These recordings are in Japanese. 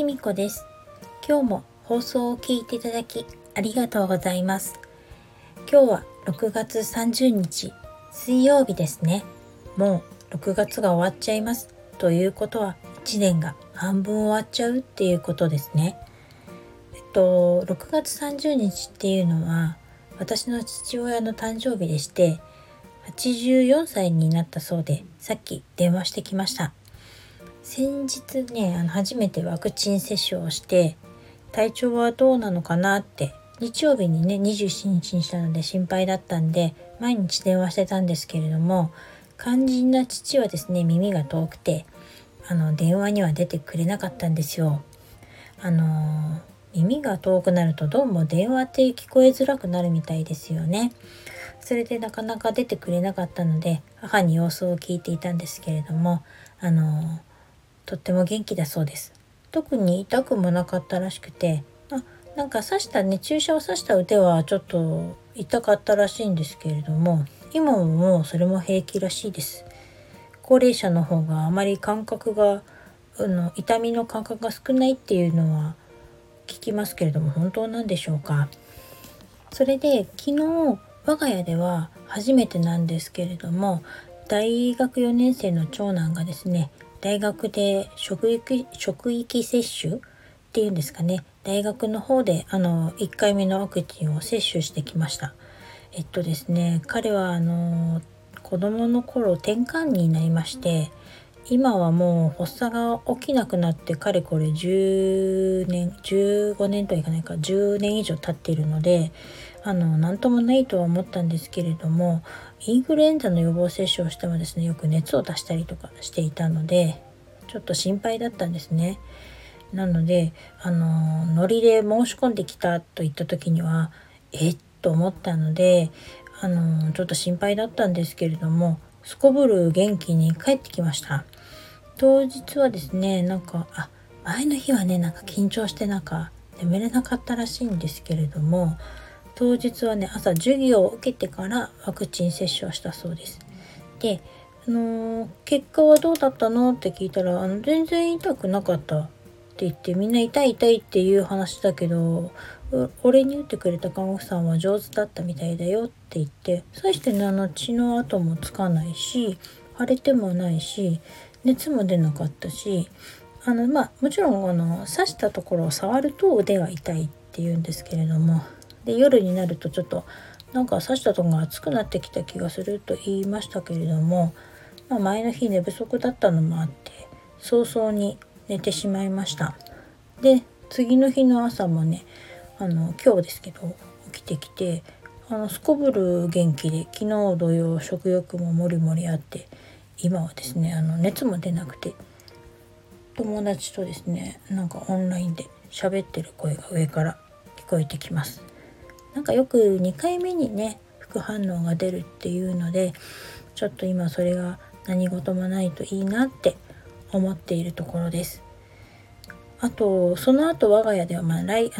みこです。今日も放送を聞いていただきありがとうございます。今日は6月30日水曜日ですね。もう6月が終わっちゃいます。ということは1年が半分終わっちゃうっていうことですね。6月30日っていうのは私の父親の誕生日でして、84歳になったそうで、さっき電話してきました。先日ね、初めてワクチン接種をして、体調はどうなのかなって日曜日にね27日にしたので心配だったんで毎日電話してたんですけれども、肝心な父はですね耳が遠くて電話には出てくれなかったんですよ。耳が遠くなるとどうも電話って聞こえづらくなるみたいですよね。それでなかなか出てくれなかったので母に様子を聞いていたんですけれども、とっても元気だそうです。特に痛くもなかったらしくて、なんか注射を刺した腕はちょっと痛かったらしいんですけれども、今ももうそれも平気らしいです。高齢者の方があまり痛みの感覚が少ないっていうのは聞きますけれども、本当なんでしょうか。それで昨日我が家では初めてなんですけれども、大学4年生の長男がですね、大学で職域接種っていうんですかね、大学の方で1回目のワクチンを接種してきました。ですね、彼は子供の頃転換になりまして、今はもう発作が起きなくなってかれこれ10年15年とはいかないか10年以上経っているので、なんともないとは思ったんですけれども、インフルエンザの予防接種をしてもですね、よく熱を出したりとかしていたのでちょっと心配だったんですね。なのでノリで申し込んできたと言った時にはと思ったので、ちょっと心配だったんですけれども、すこぶる元気に帰ってきました。当日はですね、前の日はね緊張して眠れなかったらしいんですけれども、当日はね朝授業を受けてからワクチン接種をしたそうです。で、結果はどうだったのって聞いたら、全然痛くなかったって言って、みんな痛いっていう話だけど、俺に打ってくれた看護婦さんは上手だったみたいだよって言って、そしてね血の跡もつかないし、腫れてもないし、熱も出なかったし、もちろん刺したところを触ると腕が痛いって言うんですけれども、で夜になるとちょっと刺したところが熱くなってきた気がすると言いましたけれども、前の日寝不足だったのもあって早々に寝てしまいました。で次の日の朝もね今日ですけど起きてきてすこぶる元気で、昨日同様食欲ももりもりあって、今はですね熱も出なくて、友達とですねオンラインで喋ってる声が上から聞こえてきます。よく2回目にね副反応が出るっていうので、ちょっと今それが何事もないといいなって思っているところです。あとその後我が家では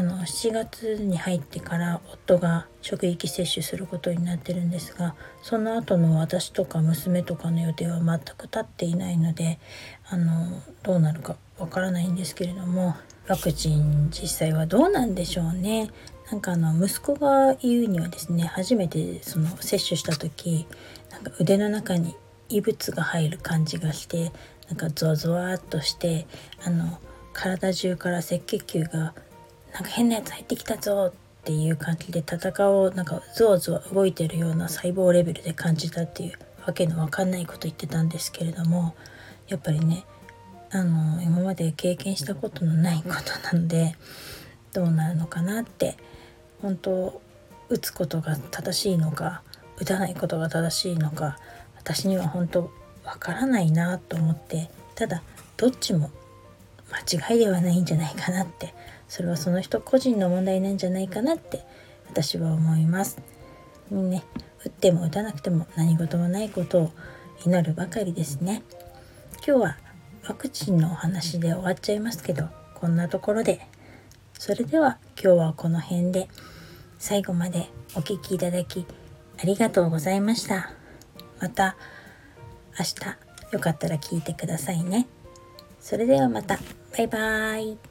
7月に入ってから夫が職域接種することになってるんですが、その後の私とか娘とかの予定は全く立っていないので、どうなるかわからないんですけれども、ワクチン実際はどうなんでしょうね。息子が言うにはですね、初めて接種した時腕の中に異物が入る感じがして、ゾワゾワっとして体中から赤血球が変なやつ入ってきたぞっていう感じで戦をゾワゾワ動いてるような細胞レベルで感じたっていうわけのわかんないこと言ってたんですけれども、やっぱりね今まで経験したことのないことなので、どうなるのかなって、本当打つことが正しいのか打たないことが正しいのか私には本当わからないなと思って、ただどっちも間違いではないんじゃないかなって、それはその人個人の問題なんじゃないかなって私は思います。ね、打っても打たなくても何事もないことを祈るばかりですね。今日はワクチンのお話で終わっちゃいますけど、こんなところで、それでは今日はこの辺で、最後までお聞きいただきありがとうございました。また明日よかったら聞いてくださいね。それではまた。バイバーイ。